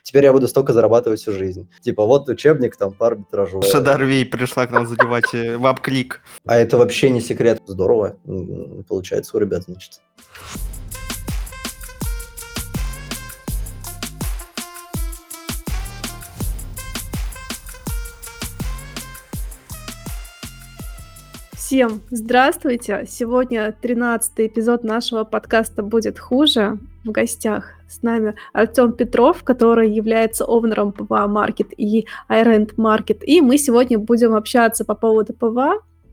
теперь я буду столько зарабатывать всю жизнь. Типа вот учебник там по арбитражу. Шадарвей пришла к нам задевать веб-клик. А это вообще не секрет. Здорово получается у ребят, значит. Всем здравствуйте! Сегодня 13-й эпизод нашего подкаста «Будет хуже». В гостях с нами Артем Петров, который является овнером ПВА Market и iRent Market. И мы сегодня будем общаться по поводу ПВА,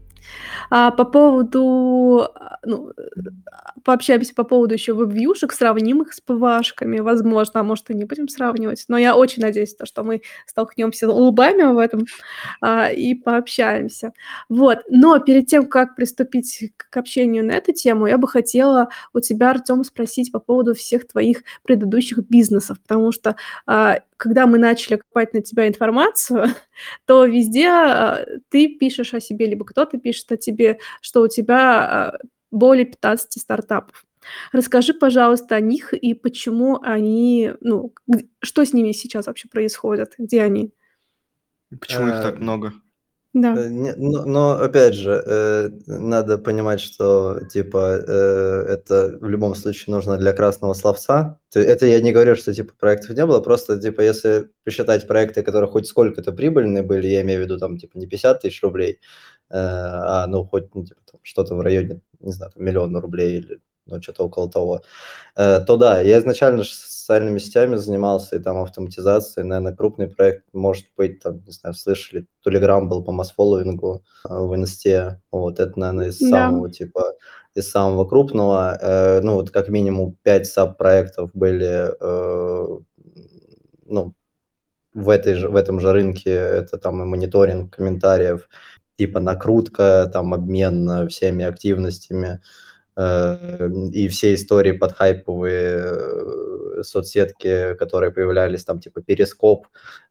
пообщаемся по поводу еще веб-вьюшек, сравним их с ПВАшками, возможно, а может и не будем сравнивать, но я очень надеюсь, что мы столкнемся лбами в этом и пообщаемся. Вот. Но перед тем, как приступить к общению на эту тему, я бы хотела у тебя, Артем, спросить по поводу всех твоих предыдущих бизнесов, потому что когда мы начали копать на тебя информацию, то везде ты пишешь о себе, либо кто-то пишет о тебе, что у тебя более 15 стартапов. Расскажи, пожалуйста, о них и почему они, что с ними сейчас вообще происходит, где они? Почему их так много? Да. Но опять же, надо понимать, что типа это в любом случае нужно для красного словца. Это я не говорю, что типа проектов не было, просто типа если посчитать проекты, которые хоть сколько-то прибыльные были, я имею в виду там типа не 50 тысяч рублей, хоть типа, там, что-то в районе, не знаю, там, 1 000 000 рублей или что-то около того, то да, я изначально социальными сетями занимался и там автоматизацией, наверное, крупный проект, может быть, там, не знаю, слышали, Telegram был по масс-фолловингу в инсте, вот, это, наверное, из самого крупного, вот как минимум 5 саб-проектов были, в этом же рынке, это там и мониторинг комментариев, типа накрутка, там обмен всеми активностями, и все истории подхайповые, соцсетки, которые появлялись, там типа Перископ,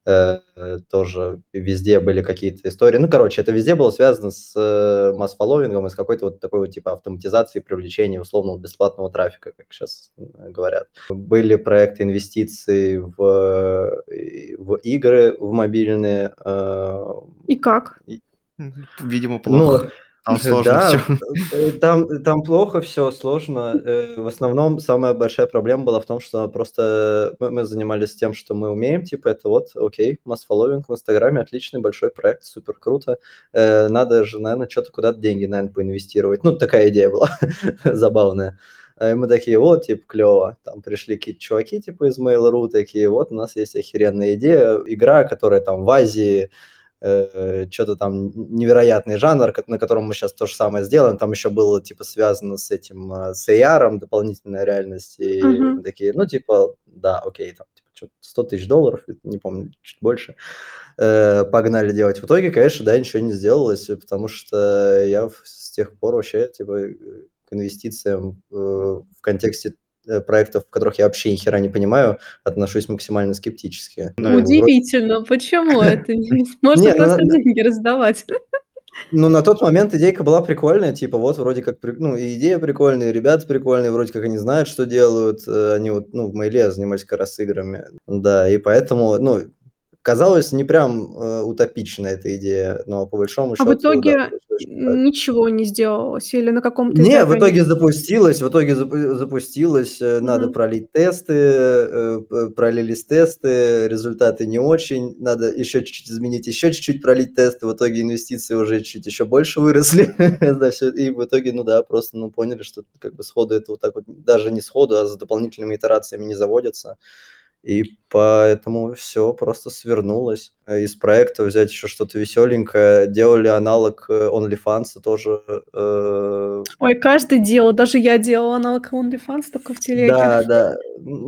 тоже везде были какие-то истории. Это везде было связано с масс-фолловингом и с какой-то вот такой вот типа автоматизацией привлечения условного бесплатного трафика, как сейчас говорят. Были проекты инвестиций в игры, в мобильные. И как? Видимо, плохо. Там сложно все. Там плохо все, сложно. В основном самая большая проблема была в том, что просто мы занимались тем, что мы умеем, типа это вот, окей, масс-фолловинг в Инстаграме, отличный большой проект, супер круто. Надо же, наверное, что-то куда-то деньги, наверное, поинвестировать. Такая идея была забавная. И мы такие, вот, типа, клево. Там пришли какие-то чуваки, типа, из Mail.ru, такие, вот, у нас есть охеренная идея, игра, которая там в Азии, что-то там невероятный жанр, на котором мы сейчас то же самое сделаем. Там еще было типа связано с этим, с AR, дополнительная реальность. И мы такие, да, окей, там типа, $100 000, не помню, чуть больше. Погнали делать. В итоге, конечно, да, ничего не сделалось, потому что я с тех пор вообще типа к инвестициям в контексте проектов, в которых я вообще ни хера не понимаю, отношусь максимально скептически. Удивительно, почему это? Можно просто деньги раздавать. На тот момент идейка была прикольная, типа вот вроде как, и идея прикольная, и ребята прикольные, вроде как они знают, что делают, они вот, в Мейле занимались как раз играми, да, и поэтому, казалось не прям утопичная эта идея, но по большому счету... А в итоге ничего не сделалось или на каком-то этапе... Не, в итоге запустилось, надо пролить тесты, пролились тесты, результаты не очень, надо еще чуть-чуть изменить, еще чуть-чуть пролить тесты, в итоге инвестиции уже чуть еще больше выросли, и в итоге, просто поняли, что как бы сходу это вот так вот, даже не сходу, а с дополнительными итерациями не заводятся. И поэтому все просто свернулось. Из проекта взять еще что-то веселенькое. Делали аналог OnlyFans тоже. Ой, каждый делал. Даже я делала аналог OnlyFans, только в телеге. Да.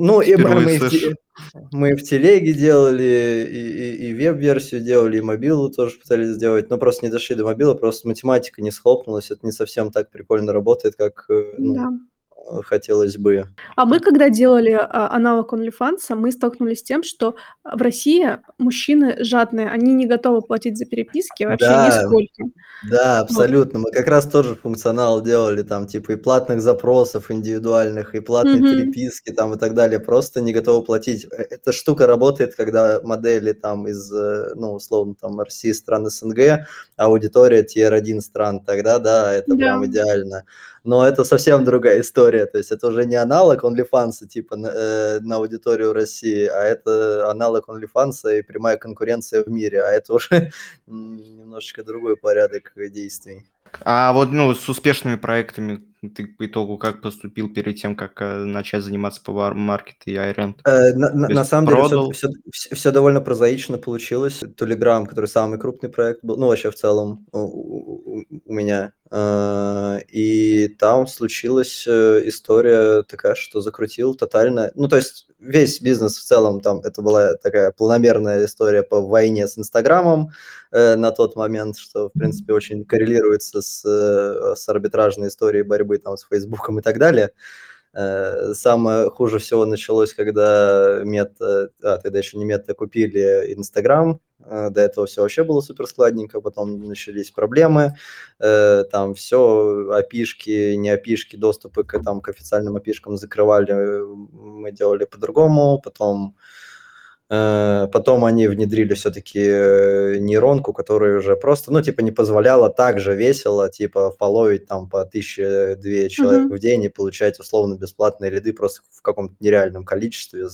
Мы в телеге делали, и веб-версию делали, и мобилу тоже пытались сделать. Но просто не дошли до мобила, просто математика не схлопнулась. Это не совсем так прикольно работает, как... хотелось бы. А мы, когда делали аналог OnlyFans, мы столкнулись с тем, что в России мужчины жадные, они не готовы платить за переписки вообще Да, нисколько. да, Вот. абсолютно. Мы как раз тоже функционал делали, там, типа, и платных запросов индивидуальных, и платной Мгм. переписки, там, и так далее. Просто не готовы платить. Эта штука работает, когда модели там из, ну, условно, там, России, стран СНГ, аудитория Tier-1 стран, тогда, да, это Да. прям идеально. Но это совсем другая история, то есть это уже не аналог OnlyFans, типа, на аудиторию России, а это аналог OnlyFans и прямая конкуренция в мире, а это уже немножечко другой порядок действий. А вот, ну, с успешными проектами ты по итогу как поступил перед тем, как начать заниматься PowerMarket и iRent? То На есть самом деле продал? все довольно прозаично получилось. Telegram, который самый крупный проект был, ну, вообще в целом у меня. И там случилась история такая, что закрутил тотально. Ну, то есть весь бизнес в целом там, это была такая планомерная история по войне с Инстаграмом на тот момент, что, в принципе, очень коррелируется с арбитражной историей борьбы там с Фейсбуком и так далее. Самое хуже всего началось, когда тогда еще не Мета, купили Инстаграм. До этого все вообще было супер складненько, потом начались проблемы. Там все, API-шки, не API-шки, доступы к официальным API-шкам закрывали, мы делали по-другому. Потом они внедрили все-таки нейронку, которая уже просто, ну, типа, не позволяла так же весело, типа, фолловить там по 1000-2 человек Мгм. в день и получать условно бесплатные лиды просто в каком-то нереальном количестве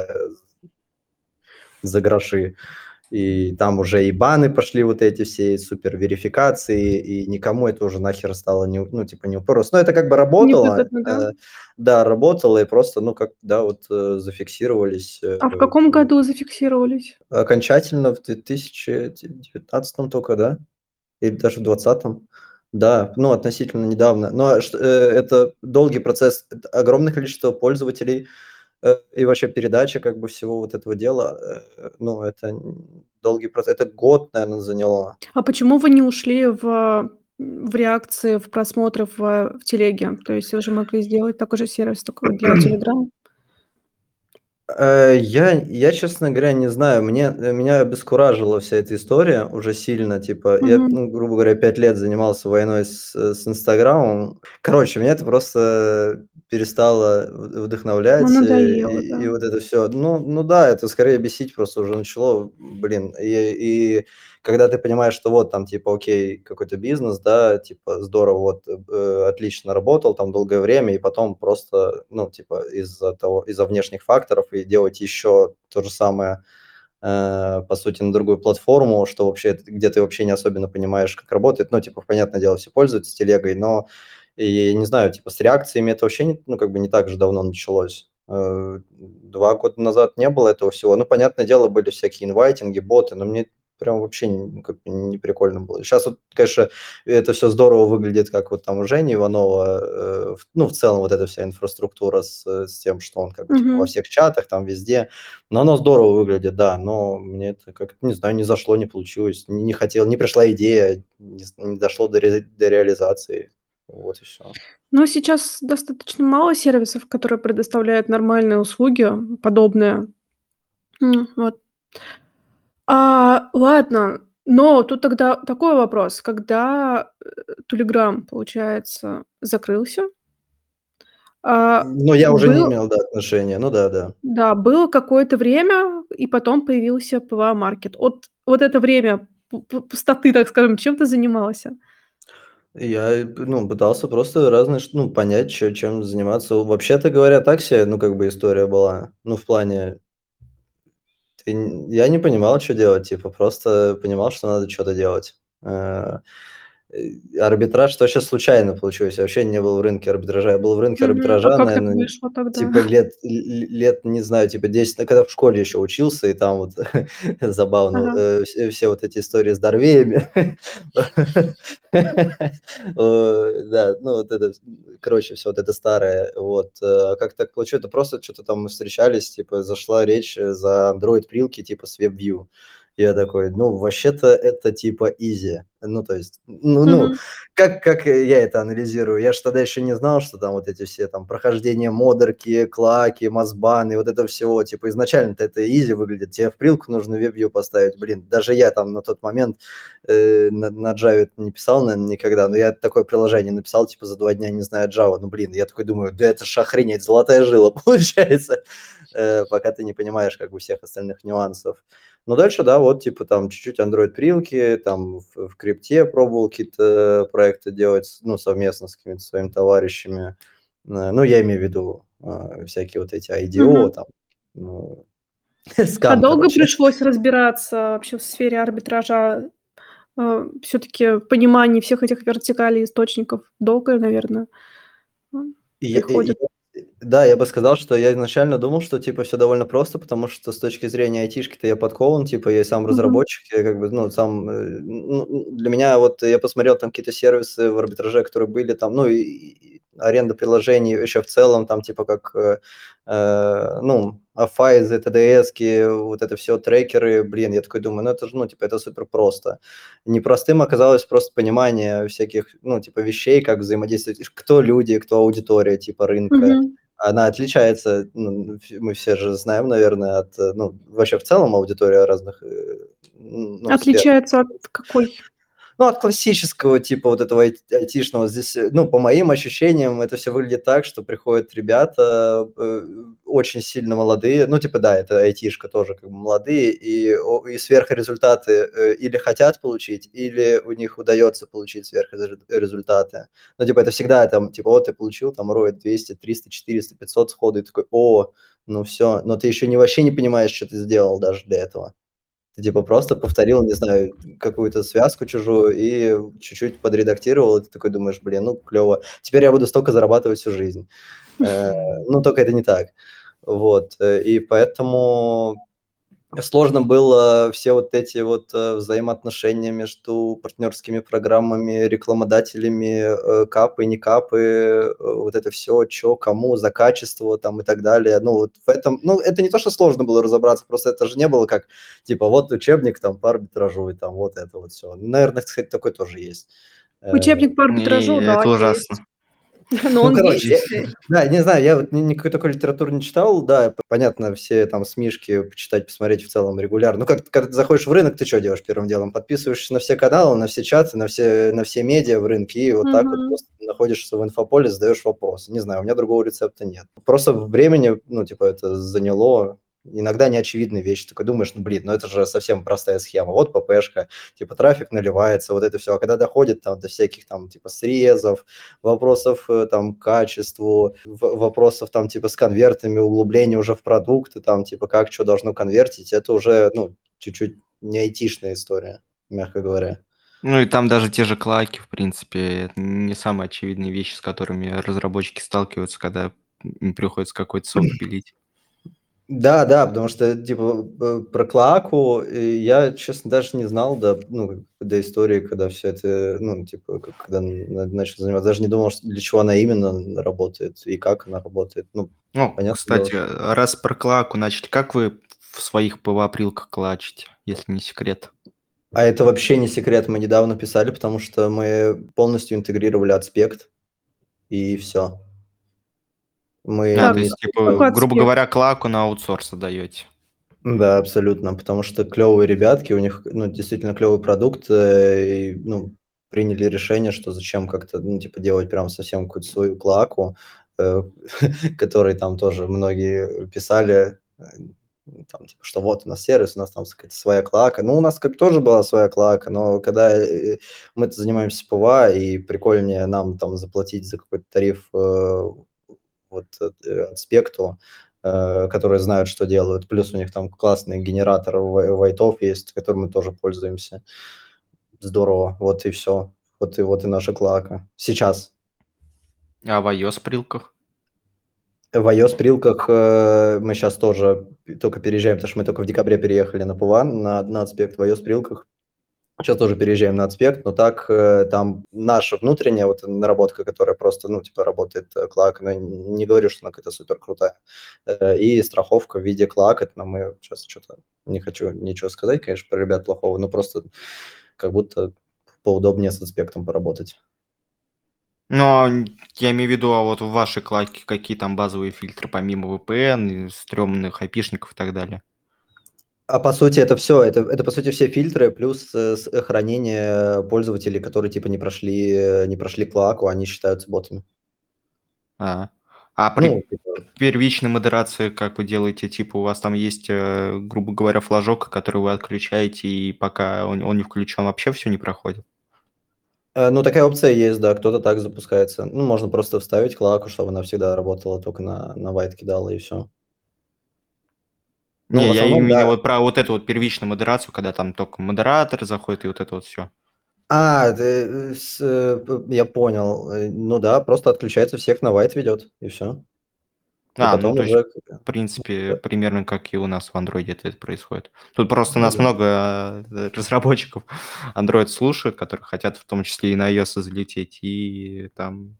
за гроши. И там уже и баны пошли вот эти все, и суперверификации, и никому это уже нахер стало не, ну, типа, не уперлось. Но это как бы работало, Невыгодно, да? да, работало, и просто, ну, как, да, вот зафиксировались. А в каком году зафиксировались? Окончательно в 2019 только, да? Или даже в 2020. Да, ну, относительно недавно. Но это долгий процесс, это огромное количество пользователей, и вообще передача как бы всего вот этого дела, ну, это долгий процесс. Это год, наверное, заняло. А почему вы не ушли в реакции, в просмотры в телеге? То есть вы же могли сделать такой же сервис, только для Telegram. Я, честно говоря, не знаю. Меня обескуражила вся эта история уже сильно. Типа, я, Мгм. ну, грубо говоря, 5 лет занимался войной с Инстаграмом. Короче, меня это просто перестало Ну, вдохновлять, надоело, и да. вот это все. Ну да, это скорее бесить просто уже начало, блин. И когда ты понимаешь, что вот там, типа, окей, какой-то бизнес, да, типа, здорово, вот, отлично работал там долгое время, и потом просто, ну, типа, из-за внешних факторов и делать еще то же самое, по сути, на другую платформу, что вообще, где ты вообще не особенно понимаешь, как работает. Ну, типа, понятное дело, все пользуются телегой, но, и не знаю, типа, с реакциями это вообще, ну, как бы не так же давно началось. 2 года назад не было этого всего. Ну, понятное дело, были всякие инвайтинги, боты, но мне прям вообще как бы не прикольно было. Сейчас вот, конечно, это все здорово выглядит, как вот там у Жени Иванова, ну, в целом вот эта вся инфраструктура с тем, что он как бы типа во Мгм. всех чатах, там везде. Но оно здорово выглядит, да, но мне это как-то, не знаю, не зашло, не получилось, не хотел, не пришла идея, не дошло до реализации. Вот и все. Но сейчас достаточно мало сервисов, которые предоставляют нормальные услуги, подобные. Вот. Ладно, но тут тогда такой вопрос. Когда, Telegram, получается, закрылся, Но я уже не был имел, да, отношения. Ну да, да. да, было какое-то время, и потом появился ПВА-маркет. Вот это время пустоты, так скажем, чем ты занимался? Я, ну, пытался просто ну, понять, чем заниматься. Вообще-то говоря, так себе, ну, как бы история была. Ну, в плане, я не понимал, что делать, типа, просто понимал, что надо что-то делать. Арбитраж, то сейчас случайно получилось. Я вообще не был в рынке арбитража. Я был в рынке Мгм. А арбитража, как так наверное, вышло тогда? типа лет, не знаю, типа 10, ну, когда в школе еще учился, и там вот забавно, Ага. все вот эти истории с Дорвеями. Да, ну вот это, короче, все вот это старое. Вот. Как так получилось? Это просто что-то там мы встречались, типа зашла речь за Android-прилки типа с WebView. Я такой, ну, вообще-то это типа изи. Ну, то есть, как я это анализирую? Я же тогда еще не знал, что там вот эти все там прохождения модерки, клаки, мозбаны, вот это всего. Типа изначально-то это изи выглядит. Тебе в прилку нужно веб-вью поставить. Блин, даже я там на тот момент на Java это не писал, наверное, никогда, но я такое приложение написал, типа, за 2 дня, не знаю, Java. Ну, блин, я такой думаю, да это ж охренеть, золотая жила получается, пока ты не понимаешь как бы всех остальных нюансов. Но дальше, да, вот типа там чуть-чуть Android-прилки, там в крипте пробовал какие-то проекты делать, ну, совместно с какими-то своими товарищами. Ну, я имею в виду всякие вот эти IDO, там, ну, А скам, долго короче. пришлось разбираться вообще в сфере арбитража? Все-таки понимание всех этих вертикалей источников долго, наверное, И я- и- приходит. и- Да, я бы сказал, что я изначально думал, что типа все довольно просто, потому что с точки зрения айтишки-то я подкован, типа я и сам Мгм. разработчик, я как бы, ну, сам, для меня вот я посмотрел там какие-то сервисы в арбитраже, которые были там, ну, и аренда приложений еще в целом, там типа как, ну, Афайзы, ТДСки, вот это все трекеры, блин, я такой думаю, ну это же, ну, типа это супер просто. Непростым оказалось просто понимание всяких, ну, типа вещей, как взаимодействовать, кто люди, кто аудитория, типа рынка. Мгм. Она отличается, ну, мы все же знаем, наверное, от, ну, вообще в целом аудитория разных, ну, сфер. Отличается от какой? Ну, от классического типа вот этого айтишного. Здесь, ну, по моим ощущениям, это все выглядит так, что приходят ребята, очень сильно молодые, ну, типа, да, это айтишка тоже как бы молодые, и сверхрезультаты или хотят получить, или у них удается получить сверхрезультаты. Ну, типа, это всегда там, типа, вот ты получил там ROI 200, 300, 400, 500 сходу, и такой, о, ну все, но ты еще вообще не понимаешь, что ты сделал даже для этого. Ты типа просто повторил, не знаю, какую-то связку чужую и чуть-чуть подредактировал, и ты такой думаешь: "Блин, ну клево. Теперь я буду столько зарабатывать всю жизнь". Э, ну, только это не так. Вот, и поэтому сложно было все вот эти вот, взаимоотношения между партнерскими программами, рекламодателями, капы, не капы, вот это все, чё, кому, за качество там и так далее. Ну, вот в этом, ну, это не то, что сложно было разобраться, просто это же не было как, типа, вот учебник там по арбитражу и там вот это вот все. Наверное, кстати, такой тоже есть. Э Учебник по Не, арбитражу, да, это есть. ужасно. Но Ну, он короче, есть. да, не знаю, я вот никакой такой литературы не читал, да, понятно, все там смешки почитать, посмотреть в целом регулярно. Ну, как когда ты заходишь в рынок, ты что делаешь первым делом? Подписываешься на все каналы, на все чаты, на все медиа в рынке, и вот так вот Мгм. просто находишься в инфополе, задаешь вопросы. Не знаю, у меня другого рецепта нет. Просто времени, ну, типа, это заняло. Иногда неочевидные вещи. Такой думаешь, ну, блин, ну это же совсем простая схема. Вот ППшка, типа трафик наливается, вот это все. А когда доходит там до всяких там типа срезов, вопросов там качеству, вопросов там типа с конвертами, углубления уже в продукты, там типа как что должно конвертить, это уже, ну, чуть-чуть не айтишная история, мягко говоря. Ну и там даже те же клаки, в принципе, это не самые очевидные вещи, с которыми разработчики сталкиваются, когда им приходится какой-то софт пилить. Да, да, потому что, типа, про Клоаку я, честно, даже не знал ну, до истории, когда все это, ну, типа, когда начал заниматься, даже не думал, для чего она именно работает и как она работает. Ну, Ну, понятное дело, кстати, раз про клаку начали, как вы в своих ПВА-прилках клачете, если не секрет? А это вообще не секрет, мы недавно писали, потому что мы полностью интегрировали Аспект, и все. Мы То Так, не есть, использовали. какой типа, грубо аспект? говоря, клаку на аутсорс отдаете. Да, абсолютно, потому что клевые ребятки, у них, ну, действительно клевый продукт, и, ну, приняли решение, что зачем как-то, ну, типа, делать прям совсем какую-то свою клоаку, э, которой там тоже многие писали, там, типа, что вот у нас сервис, у нас там какая-то своя клоака. Ну, у нас как тоже была своя клоака, но когда мы занимаемся ПВА, и прикольнее нам там заплатить за какой-то тариф вот от Спекту, которые знают, что делают. Плюс у них там классный генератор вайтов есть, которым мы тоже пользуемся. Здорово. Вот и все. Вот и наша клака. Сейчас. А в iOS-прилках? В iOS-прилках мы сейчас тоже только переезжаем, потому что мы только в декабре переехали на Пуван, на аспект в iOS-прилках. Сейчас тоже переезжаем на аспект, но так там наша внутренняя вот наработка, которая просто, ну, типа, работает клак, но не говорю, что она какая-то супер крутая. И страховка в виде клак, это мы сейчас что-то Не хочу ничего сказать, конечно, про ребят плохого, но просто как будто поудобнее с аспектом поработать. Но я имею в виду, а вот в вашей кладке какие там базовые фильтры, помимо VPN, и стрёмных айпишников и так далее? А по сути это все, это по сути все фильтры плюс хранение пользователей, которые типа не прошли клаку, они считаются ботами. А, а Ну, при типа, первичной модерации как вы делаете? Типа у вас там есть, грубо говоря, флажок, который вы отключаете, и пока он не включен, вообще все не проходит? ну такая опция есть, да, кто-то так запускается. Ну, можно просто вставить клаку, чтобы она всегда работала, только на white кидала и все. Ну, в Не, я основном, именно да. вот про вот эту вот первичную модерацию, когда там только модератор заходит и вот это вот все. Я понял. Ну да, просто отключается, всех на white ведет, и все. И Ну потом то есть, уже... в принципе, примерно как и у нас в андроиде это происходит. Тут просто у Ну нас да. много разработчиков Android слушают, которые хотят в том числе и на iOS залететь, и там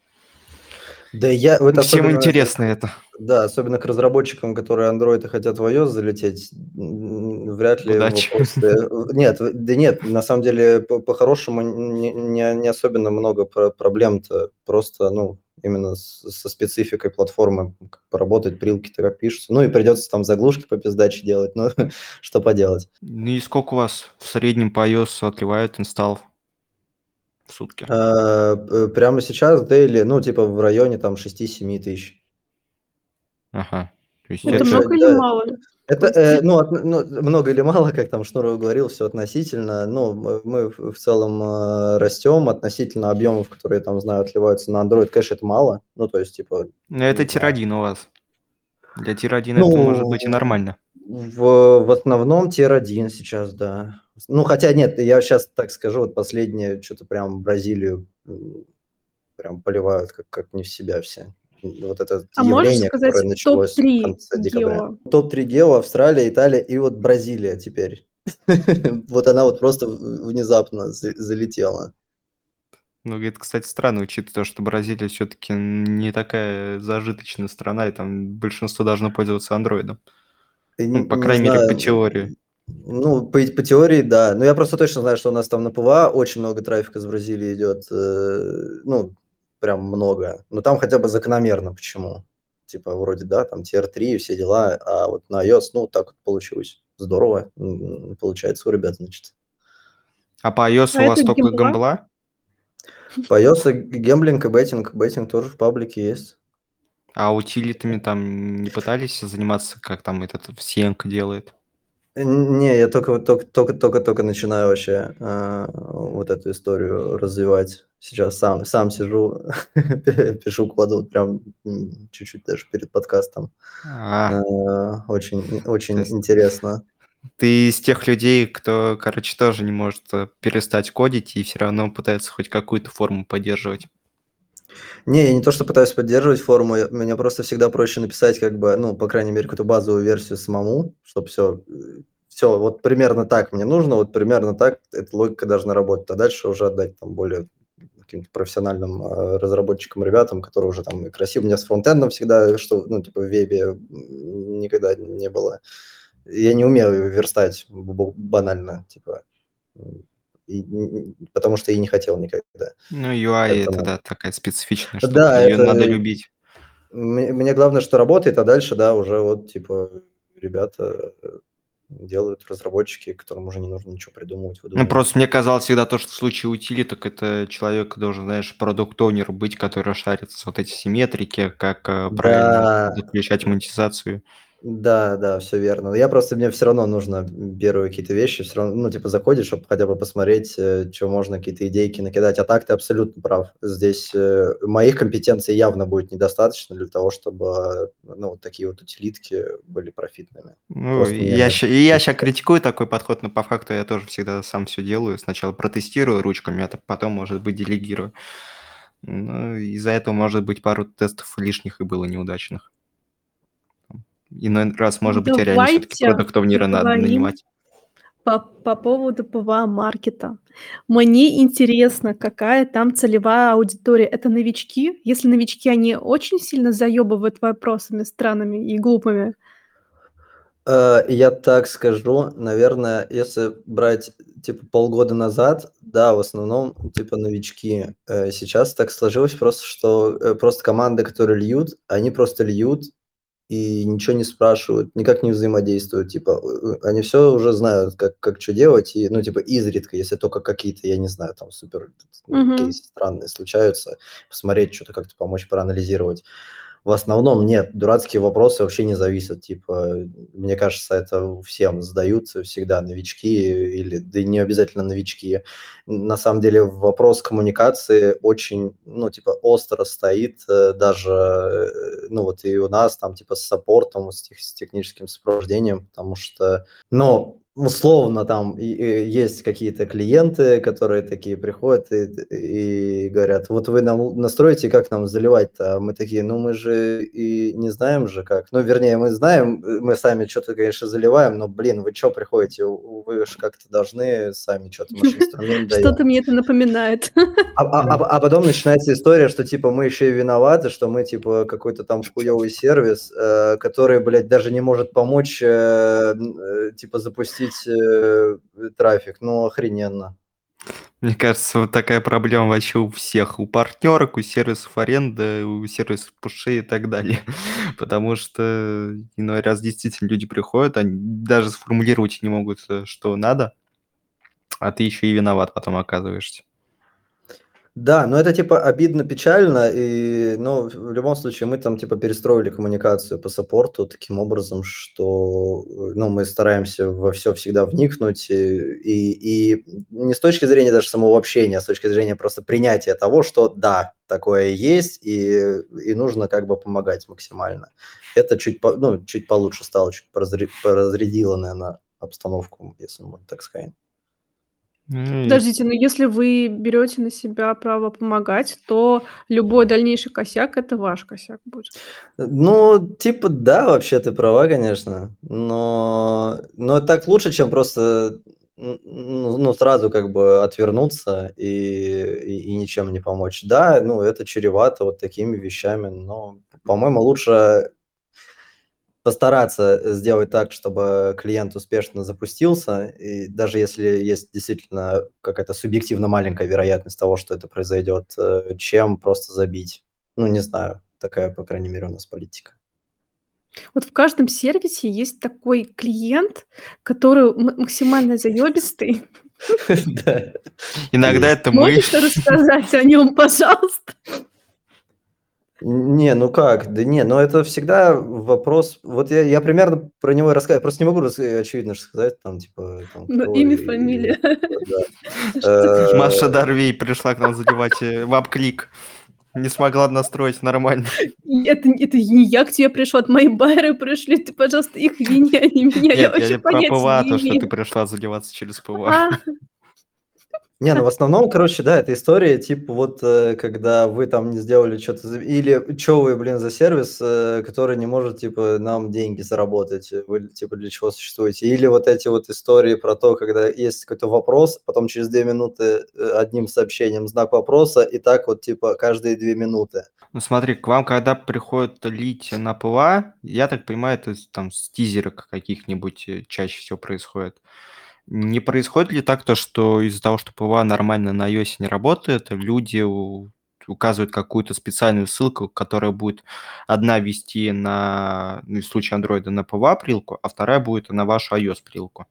Да, вот всем особенно... интересно это. Да, особенно к разработчикам, которые андроиды хотят в iOS залететь, вряд ли Удачи. вопросы... Нет, да нет, на самом деле, по-хорошему не особенно много проблем-то, просто, ну, именно со спецификой платформы как поработать, прилки-то как пишутся. Ну и придется там заглушки по пиздаче делать, но что поделать. Ну и сколько у вас в среднем по iOS отливает инсталл в сутки? Прямо сейчас daily, ну, типа в районе там 6-7 тысяч. Ага. То есть Это Вот, это... много или да. мало, Это, Костя? много или мало, как там Шнуров говорил, все относительно. Ну, мы в целом растем относительно объемов, которые, там, знаю, отливаются на Android. Конечно, это мало. Ну, то есть, типа, Ну, не это знаю. тир-1 у вас. Для тир-1 это может быть и Ну, нормально. в основном Tier 1 сейчас, да. Ну, хотя нет, я сейчас так скажу, вот последнее, что-то прям Бразилию прям поливают как не в себя все. Вот это А можешь явление, которое сказать началось в топ-3 конце декабря. гео? Топ-3 гео: Австралия, Италия и вот Бразилия теперь. Вот она вот просто внезапно залетела. Ну, это, кстати, странно, учитывая то, что Бразилия все-таки не такая зажиточная страна, и там большинство должно пользоваться андроидом. Ну, по Не крайней мере, по знаю, теории. ну, по теории, да. Но я просто точно знаю, что у нас там на ПВА очень много трафика из Бразилии идет. Ну, прям много. Но там хотя бы закономерно. Почему? Типа, вроде, да, там Tier 3 и все дела, а вот на iOS, ну, так вот получилось. Здорово. Получается у ребят, значит. А по iOS А у вас это только гембла? гамбла? По iOS гемблинг и беттинг. Беттинг тоже в паблике есть. А утилитами там не пытались заниматься, как там этот Сенка делает? Не, я только начинаю вообще вот эту историю развивать. Сейчас сам сижу, пишу код вот прям чуть-чуть даже перед подкастом. А, Очень то очень есть интересно. ты из тех людей, кто, короче, тоже не может перестать кодить и все равно пытается хоть какую-то форму поддерживать. Не, я не то, что пытаюсь поддерживать форму, мне просто всегда проще написать, как бы, ну, по крайней мере, какую-то базовую версию самому, чтобы все, вот примерно так мне нужно, вот примерно так эта логика должна работать, а дальше уже отдать там более каким-то профессиональным разработчикам, ребятам, которые уже там и красиво. У меня с фронтендом всегда, что, ну, типа, в вебе никогда не было. Я не умею верстать банально, типа, потому что и не хотел никогда. Ну, UI это, Поэтому... да, такая специфичная штука, Да, ее надо это любить. мне главное, что работает, а дальше, да, уже вот типа ребята делают, разработчики, которым уже не нужно ничего придумывать, Ну, выдумывать. просто мне казалось всегда то, что в случае утилиток это человек должен, знаешь, продукт-оунер быть, который шарится вот эти симметрики, как правильно Да, подключать монетизацию. да, все верно. Я просто, мне все равно нужно первые какие-то вещи, все равно, ну, типа, заходишь, чтобы хотя бы посмотреть, что можно, какие-то идейки накидать. А так ты абсолютно прав. Здесь моих компетенций явно будет недостаточно для того, чтобы, ну, вот такие вот утилитки были профитными. Ну, Просто я сейчас критикую такой подход, но по факту я тоже всегда сам все делаю. Сначала протестирую ручками, а потом, может быть, делегирую. Ну, из-за этого, может быть, пару тестов лишних и было неудачных. Иной раз, может быть, а реально все-таки Давайте продуктовнера надо поговорим нанимать. по поводу ПВА-маркета. Мне интересно, какая там целевая аудитория. Это новички? Если новички, они очень сильно заебывают вопросами странными и глупыми. Я так скажу, наверное, если брать типа полгода назад, да, в основном типа новички. Сейчас так сложилось просто, что просто команды, которые льют, они просто льют и ничего не спрашивают, никак не взаимодействуют. Типа они все уже знают, как что делать, и, ну, типа изредка, если только какие-то, я не знаю, там супер Мгм. кейсы странные случаются, посмотреть, что-то как-то помочь проанализировать. В основном нет, дурацкие вопросы вообще не зависят. Типа, мне кажется, это всем задаются всегда новички или, да и не обязательно новички. На самом деле вопрос коммуникации очень, ну, типа, остро стоит даже, ну, вот и у нас там, типа, с саппортом, с техническим сопровождением, потому что, ну, условно там есть какие-то клиенты, которые такие приходят и говорят, вот вы нам настроите, как нам заливать-то? А мы такие, ну мы же и не знаем же как. Ну, вернее, мы знаем, мы сами что-то, конечно, заливаем, но, блин, вы что приходите? Вы же как-то должны сами что-то, мы же инструмент Что-то даем. мне это напоминает. А потом начинается история, что типа мы еще и виноваты, что мы типа какой-то там хуёвый сервис, который, блядь, даже не может помочь, типа запустить трафик. Ну, охрененно. Мне кажется, вот такая проблема вообще у всех. У партнерок, у сервисов аренды, у сервисов пушей и так далее. Потому что иной раз действительно люди приходят, они даже сформулировать не могут, что надо, а ты еще и виноват потом оказываешься. Да, но это типа обидно, печально, и, ну, в любом случае мы там типа перестроили коммуникацию по саппорту таким образом, что, ну, мы стараемся во все всегда вникнуть, и не с точки зрения даже самого общения, а с точки зрения просто принятия того, что да, такое есть, и нужно как бы помогать максимально. Это ну, чуть получше стало, чуть поразрядило, наверное, обстановку, если можно так сказать. Ну и Подождите, но если вы берете на себя право помогать, то любой дальнейший косяк — это ваш косяк будет. Ну, типа, да, вообще ты права, конечно, но так лучше, чем просто, ну, сразу как бы отвернуться и ничем не помочь. Да, ну, это чревато вот такими вещами, но, по-моему, лучше постараться сделать так, чтобы клиент успешно запустился, и даже если есть действительно какая-то субъективно маленькая вероятность того, что это произойдет, чем просто забить. Ну, не знаю, такая, по крайней мере, у нас политика. Вот в каждом сервисе есть такой клиент, который максимально заёбистый. Да, иногда есть. это мы. Можете рассказать о нем, пожалуйста? Не, ну как? Да не, ну это всегда вопрос. Вот я примерно про него и рассказываю. Просто не могу очевидно же сказать, там, типа, там, Ну, кто имя, и фамилия. да. Что Маша Э, Дарвей пришла к нам заливать веб-клик. Не смогла настроить нормально. это не я к тебе пришла, это мои байеры пришли. Ты, пожалуйста, их вини, а не меня. Я Нет, вообще я про понятия ПВА, не то, что ты имею. пришла заливаться через ПВА. А, Не, ну в основном, короче, да, это история, типа, вот, когда вы там не сделали что-то, или что вы, блин, за сервис, который не может, типа, нам деньги заработать, вы, типа, для чего существуете, или вот эти вот истории про то, когда есть какой-то вопрос, потом через 2 минуты одним сообщением знак вопроса, и так вот, типа, каждые 2 минуты. Ну смотри, к вам, когда приходит лить на ПВА, я так понимаю, это там с тизерок каких-нибудь чаще всего происходит. Не происходит ли так, то, что из-за того, что ПВА нормально на iOS не работает, люди указывают какую-то специальную ссылку, которая будет одна вести на, ну, в случае Android на ПВА-прилку, а вторая будет на вашу iOS-прилку?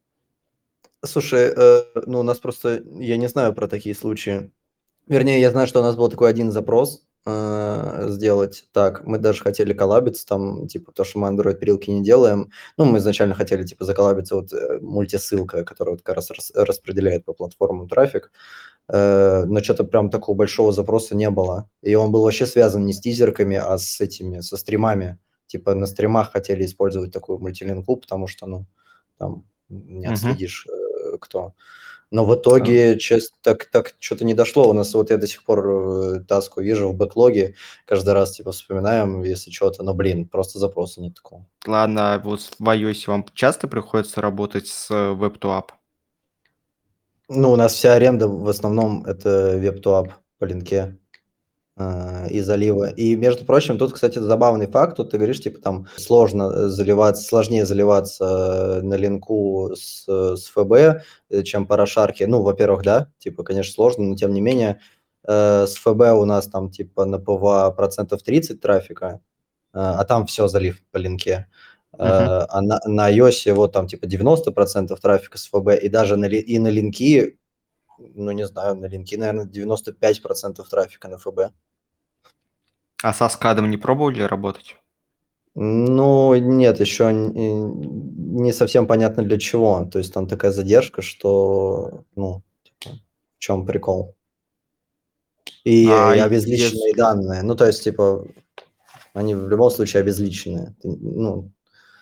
Слушай, ну, у нас просто, я не знаю про такие случаи. Вернее, я знаю, что у нас был такой один запрос сделать так. Мы даже хотели коллабиться там, типа, то, что мы Android-пилки не делаем. Ну, мы изначально хотели, типа, заколлабиться вот мультисылка, которая вот как раз распределяет по платформам трафик. Но что-то прям такого большого запроса не было. И он был вообще связан не с тизерками, а с этими, со стримами. Типа на стримах хотели использовать такую мультилинку, потому что, ну, там не Мгм. отследишь, кто. Но в итоге, честно, так что-то не дошло. У нас вот я до сих пор таску вижу в бэклоге, каждый раз типа вспоминаем, если что-то, но, блин, просто запроса нет такого. Ладно, а вот в iOS вам часто приходится работать с Web2App? Ну, у нас вся аренда в основном это веб-туап по линке. и залива. И, между прочим, тут, кстати, забавный факт. Тут ты говоришь, типа, там сложнее заливаться на линку с ФБ, чем по Рошарке. Ну, во-первых, да, типа, конечно, сложно, но тем не менее, с ФБ у нас там, типа, на ПВА процентов 30 трафика, а там все залив по линке. А на iOS вот там, типа, 90% трафика с ФБ, и даже на линки, ну, не знаю, на линки, наверное, 95% трафика на ФБ. А со скадом не пробовали работать? Ну, нет, еще не совсем понятно для чего. То есть там такая задержка, что, ну, типа, в чем прикол? И А обезличенные данные. Ну, то есть, типа, они в любом случае обезличенные. Ну,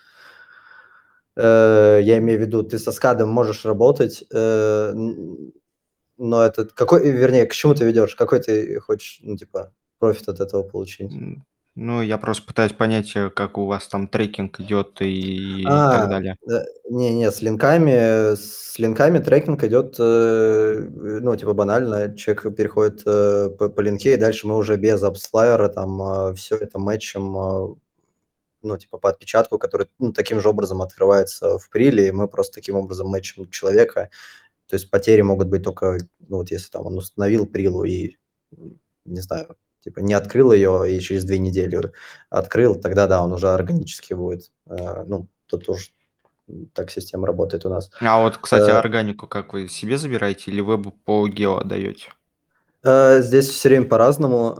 я имею в виду, ты со скадом можешь работать, но это какой, вернее, к чему ты ведешь? Какой ты хочешь, ну, типа, профит от этого получить? Ну, я просто пытаюсь понять, как у вас там трекинг идет и так А, далее. не, с линками трекинг идет, ну, типа банально, человек переходит по линке, и дальше мы уже без AppsFlyer там все это мэчим, ну, типа по отпечатку, который, ну, таким же образом открывается в приле, и мы просто таким образом мэчим человека. То есть потери могут быть только, ну, вот если там он установил прилу и, не знаю, типа не открыл ее и через 2 недели открыл, тогда да, он уже органически будет. Ну, тут тоже так система работает у нас. А вот, кстати, Э, органику как вы себе забираете или вебу по гео отдаете? Здесь все время по-разному.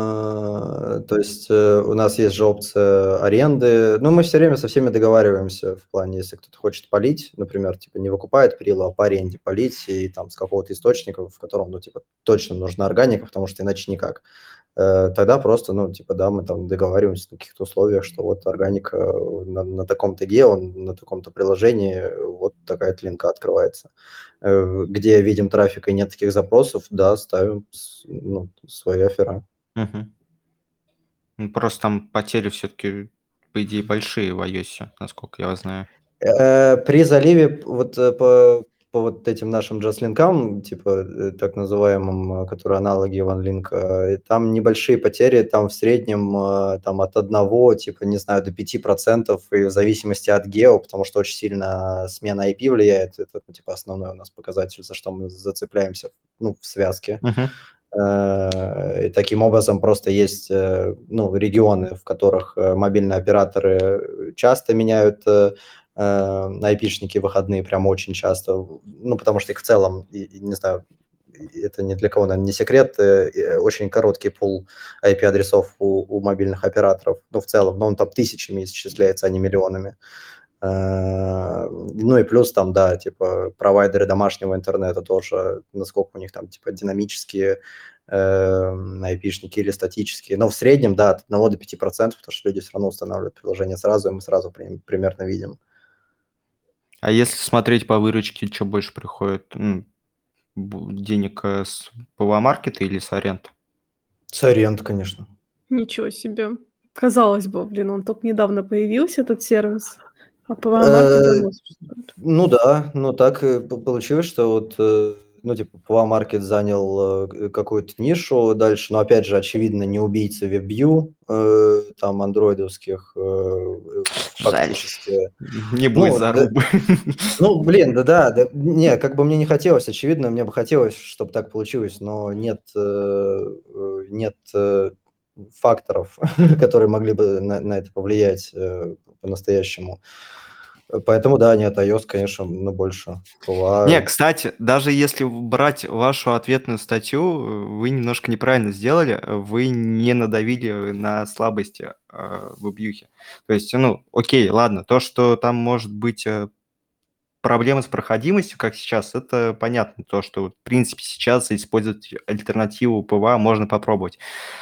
То есть у нас есть же опция аренды. Ну, мы все время со всеми договариваемся в плане, если кто-то хочет полить, например, типа не выкупает прилу, а по аренде полить, и там с какого-то источника, в котором, ну, типа, точно нужна органика, потому что иначе никак. Тогда просто, ну, типа, да, мы там договариваемся на каких-то условиях, что вот органика на таком-то гео, на таком-то приложении, вот такая-то линка открывается. Где видим трафик и нет таких запросов, да, ставим ну, свои оффера. Мгм. Ну, просто там потери все-таки, по идее, большие в iOS, насколько я знаю. При заливе вот по вот этим нашим JustLink'ам, типа так называемым, которые аналоги OneLink, там небольшие потери, там в среднем там от 1, типа, не знаю, до 5%, и в зависимости от гео, потому что очень сильно смена IP влияет. Это, ну, типа, основной у нас показатель, за что мы зацепляемся, ну, в связке. Мгм. И таким образом просто есть, ну, регионы, в которых мобильные операторы часто меняют IP-шники выходные, прям очень часто. Ну, потому что их в целом, не знаю, это ни для кого, наверное, не секрет, очень короткий пул IP-адресов у мобильных операторов, ну, в целом, но он там тысячами исчисляется, а не миллионами. Ну и плюс там, да, типа провайдеры домашнего интернета тоже, насколько у них там типа динамические IP-шники или статические. Но в среднем, да, от 1 до 5%, потому что люди все равно устанавливают приложение сразу, и мы сразу примерно видим. А если смотреть по выручке, что больше приходит? Денег с ПВА маркета или с аренд? С аренды, конечно. Ничего себе. Казалось бы, блин, он только недавно появился, этот сервис, а ПВА-маркет Э, давно существует. Ну да, ну так получилось, что вот, ну, типа, Play Market занял какую-то нишу дальше, но опять же, очевидно, не убийца WebView, там, андроидовских, Жаль. фактически. Не будет Ну, да, зарубы. ну, блин, да, не, как бы мне не хотелось, очевидно, мне бы хотелось, чтобы так получилось, но нет, нет факторов, которые могли бы на это повлиять по-настоящему. Поэтому, да, нет, iOS, конечно, ну, больше. Не, ПВА. кстати, даже если брать вашу ответную статью, вы немножко неправильно сделали. Вы не надавили на слабости в вебьюхе. То есть, ну, окей, ладно, то, что там может быть проблемы с проходимостью, как сейчас, это понятно. То, что, вот, в принципе, сейчас использовать альтернативу ПВА можно попробовать.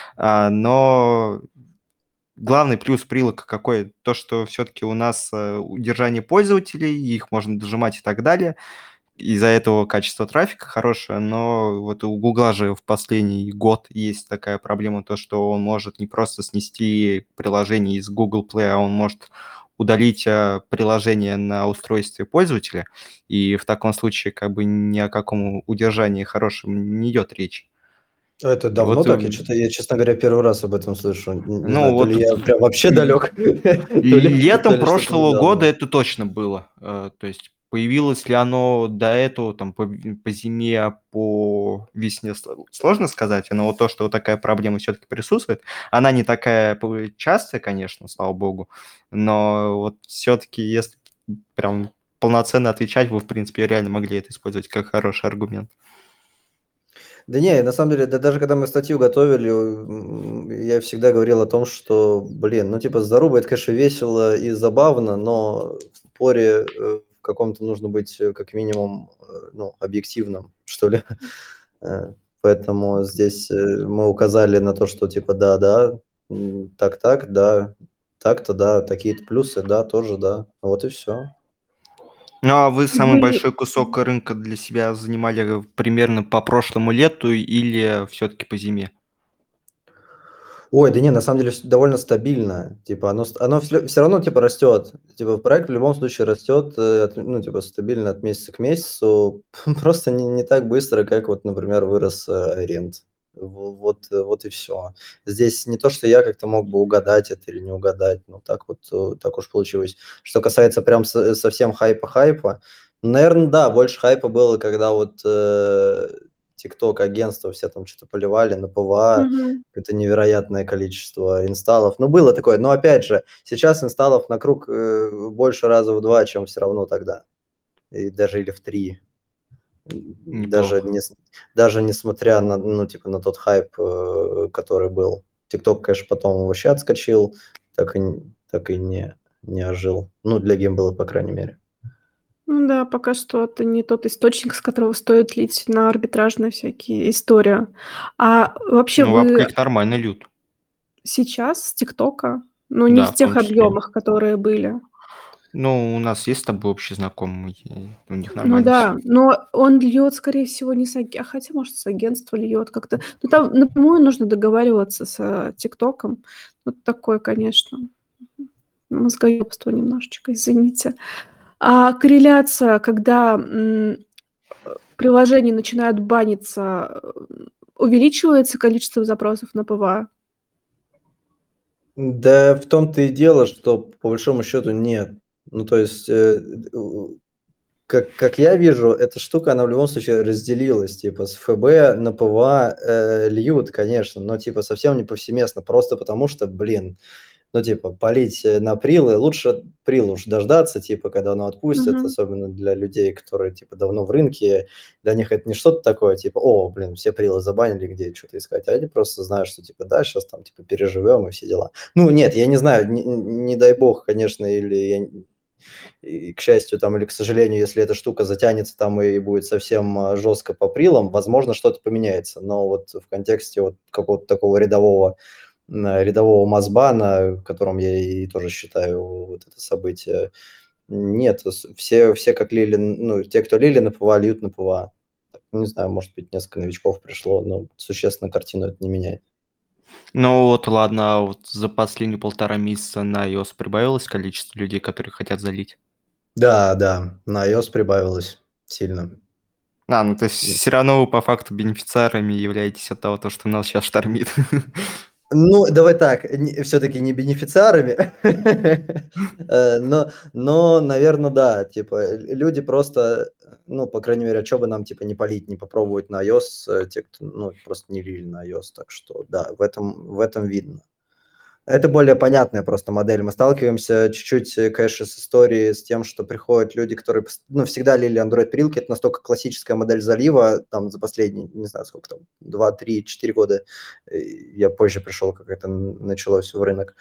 Но главный плюс прилог какой? То, что все-таки у нас удержание пользователей, их можно дожимать и так далее. Из-за этого качество трафика хорошее, но вот у Гугла же в последний год есть такая проблема, то, что он может не просто снести приложение из Google Play, а он может удалить приложение на устройстве пользователя, и в таком случае как бы ни о каком удержании хорошем не идет речи. Это И давно вот, так? Я, честно говоря, первый раз об этом слышу. Не знаю, ну, то ли вот я прям вообще далек, то летом ли что-то прошлого года недавно. это точно было. То есть появилось ли оно до этого, там, по зиме, по весне, сложно сказать, но вот то, что вот такая проблема все-таки присутствует, она не такая частая, конечно, слава богу, но вот все-таки, если прям полноценно отвечать, вы, в принципе, реально могли это использовать как хороший аргумент. Да не, на самом деле, да даже когда мы статью готовили, я всегда говорил о том, что, блин, ну типа с зарубой это, конечно, весело и забавно, но в споре в каком-то нужно быть как минимум ну, объективным, что ли. Поэтому здесь мы указали на то, что типа да, так, да, так-то, да, такие-то плюсы, да, тоже, да. Вот и все. Ну, а вы самый Вы большой кусок рынка для себя занимали примерно по прошлому лету или все-таки по зиме? Ой, да не, на самом деле довольно стабильно. Типа оно все равно типа растет. Типа проект в любом случае растет, ну, типа стабильно от месяца к месяцу. Просто не так быстро, как вот, например, вырос аренд. Вот и все. Здесь не то, что я как-то мог бы угадать это или не угадать, но так вот, так уж получилось. Что касается прям совсем хайпа, наверное, да, больше хайпа было, когда вот TikTok агентства все там что-то поливали на ПВА, Мгм. это невероятное количество инсталлов. Ну, было такое. Но опять же, сейчас инсталлов на круг больше раза в 2, чем все равно тогда. И даже или в 3. Даже, Неплохо. не, даже несмотря на, ну, типа, на тот хайп, который был. TikTok, конечно, потом вообще отскочил, так и не ожил. Ну, для геймбэла, по крайней мере. Ну да, пока что это не тот источник, с которого стоит лить на арбитражные всякие истории. А вообще Ну, вы апклик нормально лют. сейчас с "ТикТока", но не Да, в в тех том числе. объемах, которые были? Ну, у нас есть с тобой общий знакомый, и у них Ну нормально все. да, но он льет, скорее всего, не с хотя, может, с агентства льет как-то. Ну, там напрямую нужно договариваться с, "ТикТоком". Вот такое, конечно, мозгоёбство немножечко, извините. А корреляция, когда, приложения начинают баниться, увеличивается количество запросов на ПВА? Да, в том-то и дело, что по большому счету нет. Ну, то есть, как я вижу, эта штука, она в любом случае разделилась. Типа с ФБ на ПВА льют, конечно, но типа совсем не повсеместно. Просто потому что, блин, ну типа полить на прилы, лучше прил уж дождаться, типа когда оно отпустят, Мгм. особенно для людей, которые типа давно в рынке. Для них это не что-то такое, типа, о, блин, все прилы забанили, где что-то искать. А они просто знают, что типа да, сейчас там типа переживем и все дела. Ну нет, я не знаю, не дай бог, конечно, или я и, к счастью, там, или к сожалению, если эта штука затянется там и будет совсем жестко по прилам, возможно, что-то поменяется. Но вот в контексте вот какого-то такого рядового мазбана, которым я и тоже считаю вот это событие, нет, все как лили, ну, те, кто лили на ПВА, льют на ПВА. Не знаю, может быть, несколько новичков пришло, но существенно картину это не меняет. Ну вот ладно, а вот за последние 1,5 месяца на iOS прибавилось количество людей, которые хотят залить? Да, на iOS прибавилось сильно. Ну то есть все равно вы по факту бенефициарами являетесь от того, что нас сейчас штормит. Ну, давай так, все-таки не бенефициарами, но, наверное, да, типа, люди просто, ну, по крайней мере, а чё бы нам, типа, не полить, не попробовать на iOS, те, кто, ну, просто не лили на iOS, так что, да, в этом видно. Это более понятная просто модель. Мы сталкиваемся чуть-чуть, конечно, с историей, с тем, что приходят люди, которые, ну, всегда лили Android-прилки. Это настолько классическая модель залива, там, за последние, не знаю, сколько там, 2, 3, 4 года. Я позже пришел, как это началось в рынок.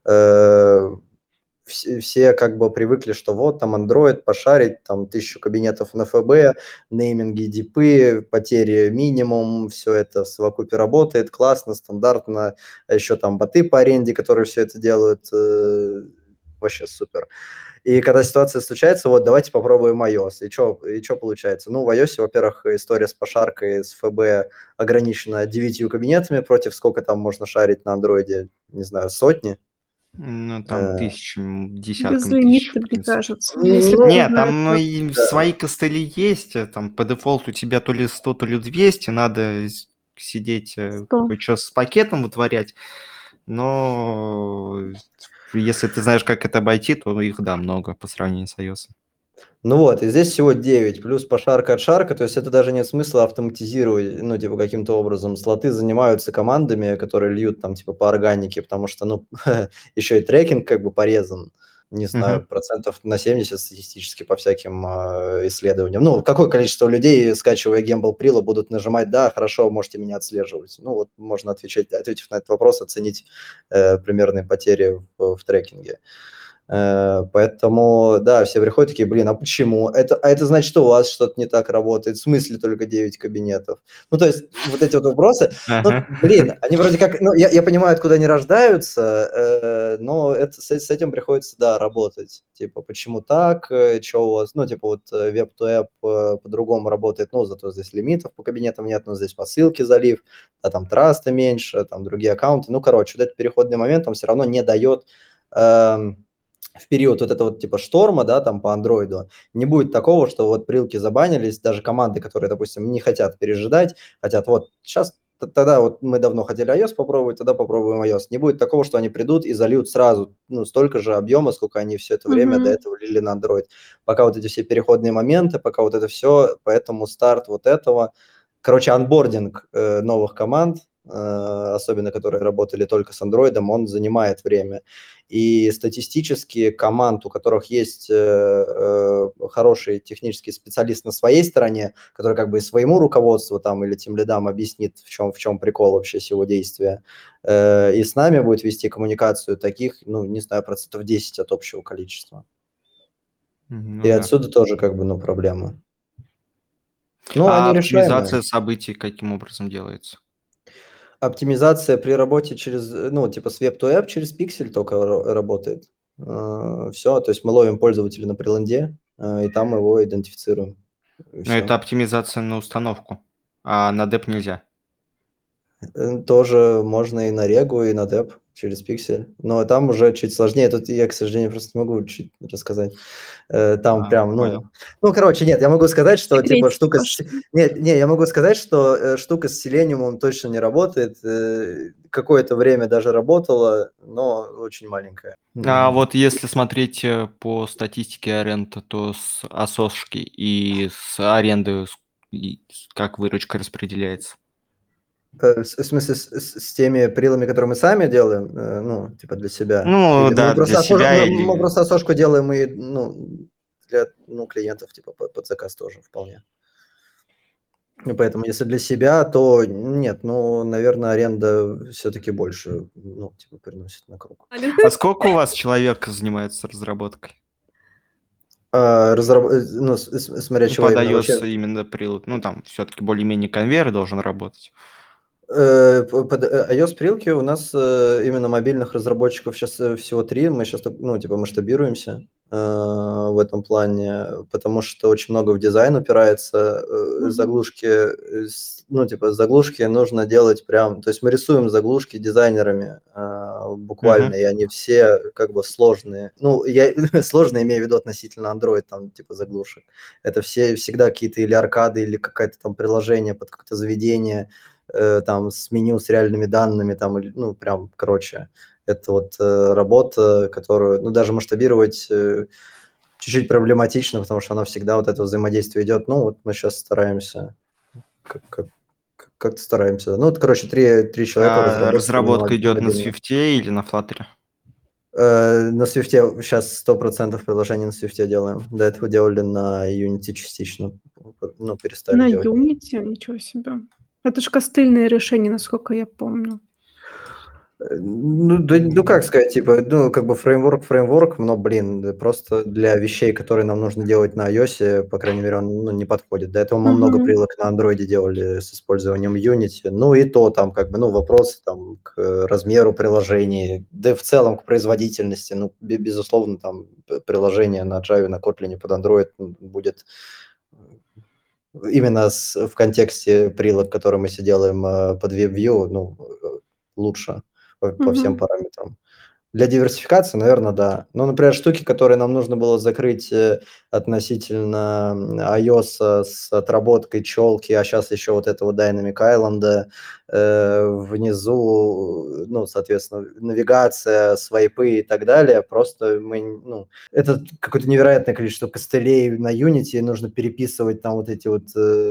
Все как бы привыкли, что вот там Android, пошарить, там 1000 кабинетов на ФБ, нейминги, дипы, потери минимум, все это в совокупе работает, классно, стандартно, а еще там боты по аренде, которые все это делают, вообще супер. И когда ситуация случается, вот давайте попробуем iOS. И что получается? Ну, в iOS, во-первых, история с пошаркой, с ФБ ограничена 9 кабинетами против сколько там можно шарить на андроиде, не знаю, сотни. Ну, там Э, десятками тысяч, Безлимитно, в мне принципе. кажется, если Ну, кто Нет, знает там как. и да. свои костыли есть, там по дефолту у тебя то ли 100, то ли 200, надо сидеть, Сто. кое-что с пакетом вытворять, но если ты знаешь, как это обойти, то их, да, много по сравнению с iOS. Ну вот, и здесь всего 9, плюс пошарка от шарка, то есть это даже нет смысла автоматизировать, ну, типа, каким-то образом. Слоты занимаются командами, которые льют там, типа, по органике, потому что, ну, еще и трекинг как бы порезан, не знаю, процентов на 70 статистически по всяким исследованиям. Ну, какое количество людей, скачивая Gimbal Prilo, будут нажимать «да, хорошо, можете меня отслеживать». Ну, вот можно ответив на этот вопрос, оценить примерные потери в трекинге. Поэтому, да, все приходят такие, блин, а почему? Это значит, что у вас что-то не так работает, в смысле только 9 кабинетов? Ну, то есть вот эти вот вопросы, ну, блин, они вроде как, ну, я понимаю, откуда они рождаются, но с этим приходится, да, работать. Типа, почему так, что у вас, ну, типа, вот Web2App по-другому работает, ну, зато здесь лимитов по кабинетам нет, но здесь по ссылке залив, а там траста меньше, там другие аккаунты. Ну, короче, вот этот переходный момент, он все равно не дает в период вот этого типа шторма, да, там по андроиду, не будет такого, что вот прилки забанились, даже команды, которые, допустим, не хотят пережидать, хотят вот сейчас, тогда вот мы давно хотели iOS попробовать, тогда попробуем iOS. Не будет такого, что они придут и зальют сразу, ну, столько же объема, сколько они все это время до этого лили на Android. Пока вот эти все переходные моменты, пока вот это все, поэтому старт вот этого, короче, анбординг новых команд, особенно которые работали только с Android, он занимает время. И статистически команд, у которых есть хороший технический специалист на своей стороне, который как бы и своему руководству там или тимлидам объяснит, в чем прикол вообще всего действия, и с нами будет вести коммуникацию, таких, ну, не знаю, 10% от общего количества. Ну, И да. отсюда тоже как бы, ну, проблемы. Ну, А они решаемые. оптимизация событий каким образом делается? Оптимизация при работе через, ну, типа с Web2App через пиксель только работает. Все, то есть мы ловим пользователя на приланде, и там его идентифицируем. Ну, это оптимизация на установку, а на деп нельзя. Тоже можно и на Регу, и на Деп через пиксель. Но там уже чуть сложнее. Тут я, к сожалению, просто не могу чуть рассказать. Там прям, понял. ну, короче, нет, я могу сказать, что типа Секретики штука... пошли. Не, я могу сказать, что штука с Selenium точно не работает. Какое-то время даже работала, но очень маленькая. А вот если смотреть по статистике аренды, то с осошки и с аренды как выручка распределяется? В смысле, с теми прилами, которые мы сами делаем, ну, типа для себя? Ну, Или да, для себя мы или... просто осошку делаем и, ну, для клиентов, типа, под заказ тоже вполне. И поэтому, если для себя, то нет, ну, наверное, аренда все-таки больше, ну, типа, приносит на круг. А сколько у вас человек занимается разработкой? Ну, смотря Ну, чего под именно вообще. iOS именно прилад. Ну, там все-таки более-менее конвейер должен работать. Под iOS прилки у нас именно мобильных разработчиков сейчас всего 3. Мы сейчас, ну, типа, масштабируемся в этом плане, потому что очень много в дизайн упирается. Заглушки, ну, типа, заглушки нужно делать прям... То есть мы рисуем заглушки дизайнерами буквально, и они все как бы сложные. Ну, я сложные имею в виду относительно Android, там, типа, заглушек. Это все всегда какие-то или аркады, или какое-то там приложение под какое-то заведение, там с меню, с реальными данными, там, ну, прям, короче, это вот работа, которую, ну, даже масштабировать чуть-чуть проблематично, потому что она всегда вот это взаимодействие идет. Ну, вот мы сейчас стараемся, как-то стараемся. Ну, вот, короче, три человека в разработке. Разработка идет на Swift или на Flutter? На Swift сейчас 100% приложений на Swift делаем. До этого делали на Unity частично. Ну, перестали На делать. Unity? Ничего себе. Это же костыльное решение, насколько я помню. Ну, как сказать, типа, ну, как бы фреймворк, но, блин, просто для вещей, которые нам нужно делать на iOS, по крайней мере, он, ну, не подходит. До этого мы много прилог на Android делали с использованием Unity, ну, и то там, как бы, ну, вопросы там к размеру приложений, да и в целом к производительности, ну, безусловно, там приложение на Java, на Kotlin под Android будет именно в контексте прилог, который мы все делаем под WebView, ну, лучше по всем параметрам. Для диверсификации, наверное, да. Ну, например, штуки, которые нам нужно было закрыть относительно iOS с отработкой челки, а сейчас еще вот этого Dynamic Island, внизу, ну, соответственно, навигация, свайпы и так далее, просто мы, ну, это какое-то невероятное количество костылей на Unity, нужно переписывать там вот эти вот,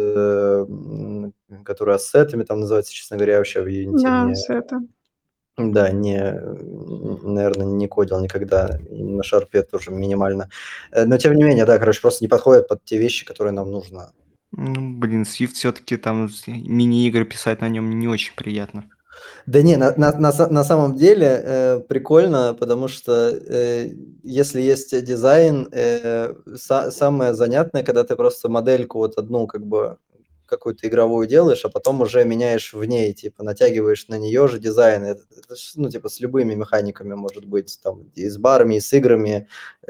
которые ассетами там называются, честно говоря, я вообще в Unity Да, не, с это. да, наверное, не кодил никогда, и на шарпе тоже минимально. Но тем не менее, да, короче, просто не подходит под те вещи, которые нам нужно. Ну, блин, Swift все-таки там мини-игры писать на нем не очень приятно. Да не, на самом деле прикольно, потому что если есть дизайн, самое занятное, когда ты просто модельку вот одну как бы какую-то игровую делаешь, а потом уже меняешь в ней, типа натягиваешь на нее же дизайн. Это ну, типа с любыми механиками может быть, там, и с барами, и с играми.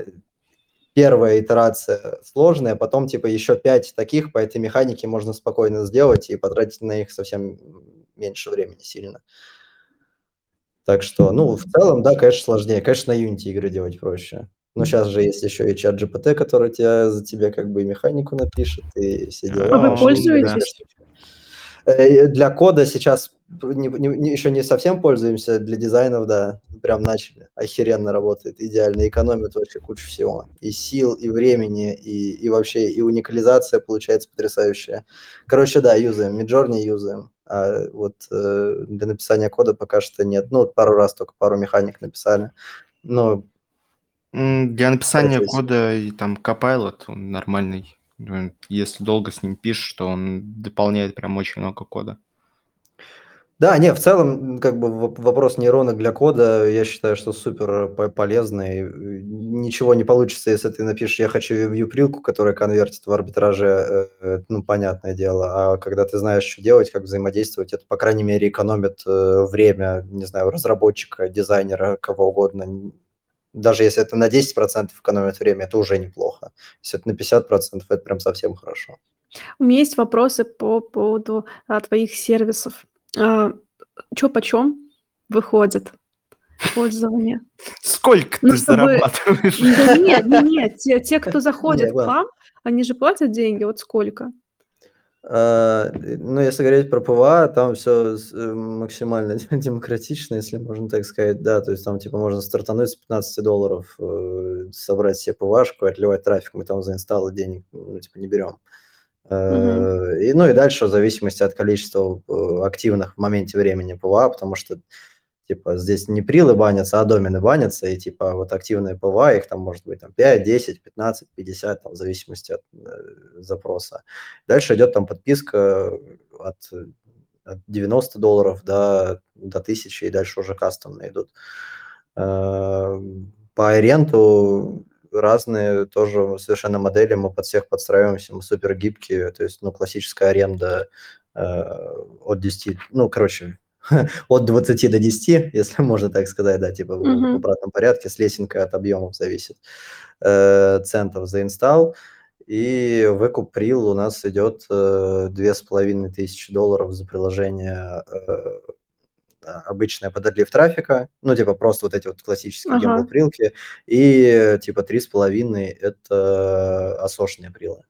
Первая итерация сложная, потом типа еще 5 таких по этой механике можно спокойно сделать и потратить на них совсем меньше времени сильно. Так что, ну, в целом, да, конечно, сложнее. Конечно, на Unity игры делать проще. Но сейчас же есть еще и чат GPT, который за тебя как бы и механику напишет, и все дела. А вы Вообще супер Да. пользуетесь? Для кода сейчас еще не совсем пользуемся, для дизайнов, да, прям начали. Охеренно работает, идеально, экономит вообще кучу всего. И сил, и времени, и вообще, и уникализация получается потрясающая. Короче, да, юзаем, Midjourney юзаем. А вот для написания кода пока что нет. Ну, вот пару раз только пару механик написали. Ну, Для написания процессе. кода и там Copilot, он нормальный. Если долго с ним пишешь, то он дополняет прям очень много кода. Да, не, в целом, как бы вопрос нейронок для кода, я считаю, что супер полезный. Ничего не получится, если ты напишешь, я хочу view-прилку, которая конвертит в арбитраже, ну, понятное дело. А когда ты знаешь, что делать, как взаимодействовать, это, по крайней мере, экономит время, не знаю, разработчика, дизайнера, кого угодно. Даже если это на 10% экономит время, это уже неплохо. Если это на 50%, это прям совсем хорошо. У меня есть вопросы по поводу твоих сервисов. Чё почем выходит пользование? Сколько Ну, ты чтобы... зарабатываешь? Да нет, те, кто заходит Не, к вам, они же платят деньги, вот сколько? Ну, если говорить про ПВА, там все максимально демократично, если можно так сказать, да, то есть там типа можно стартануть с $15, собрать себе ПВАшку, отливать трафик, мы там за инсталлы денег, ну, типа не берем. Мгм. Ну и дальше в зависимости от количества активных в моменте времени ПВА, потому что типа здесь не прилы банятся, а домены банятся, и типа вот активные ПВА, их там может быть там 5, 10, 15, 50, там, в зависимости от запроса. Дальше идет там подписка от $90 до 1000, и дальше уже кастомные идут. По аренду разные тоже совершенно модели, мы под всех подстраиваемся, мы супер гибкие, то есть, ну, классическая аренда от 10, ну, короче, от 20 до 10, если можно так сказать, да, типа в Мгм. обратном порядке, с лесенкой от объемов зависит, центов за инсталл. И выкуп прил у нас идет $2500 за приложение обычное под отлив трафика, ну, типа просто вот эти вот классические Ага. гембл-прилки, и типа 3,5 это осошные прилы.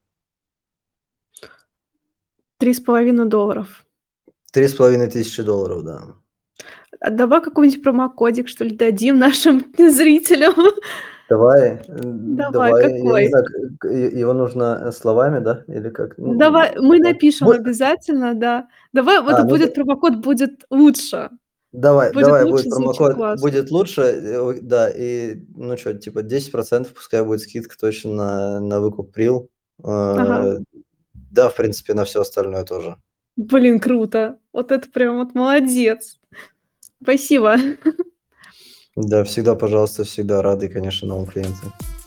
$3,5. $3500, да. А давай какой-нибудь промокодик, что ли, дадим нашим зрителям. Давай, Давай, давай, я не какой? знаю, его нужно словами, да, или как? Давай, мы Ну, напишем обязательно, да. Давай, вот ну, будет промокод будет лучше. давай, Будет давай, лучше, будет звучит промокод, классно. будет лучше, да, и, ну что, типа 10% пускай будет скидка точно на выкуп прил. Ага. Да, в принципе, на все остальное тоже. Блин, круто. Вот это прям вот молодец. Спасибо. Да, всегда, пожалуйста, всегда рады, конечно, новым клиентам.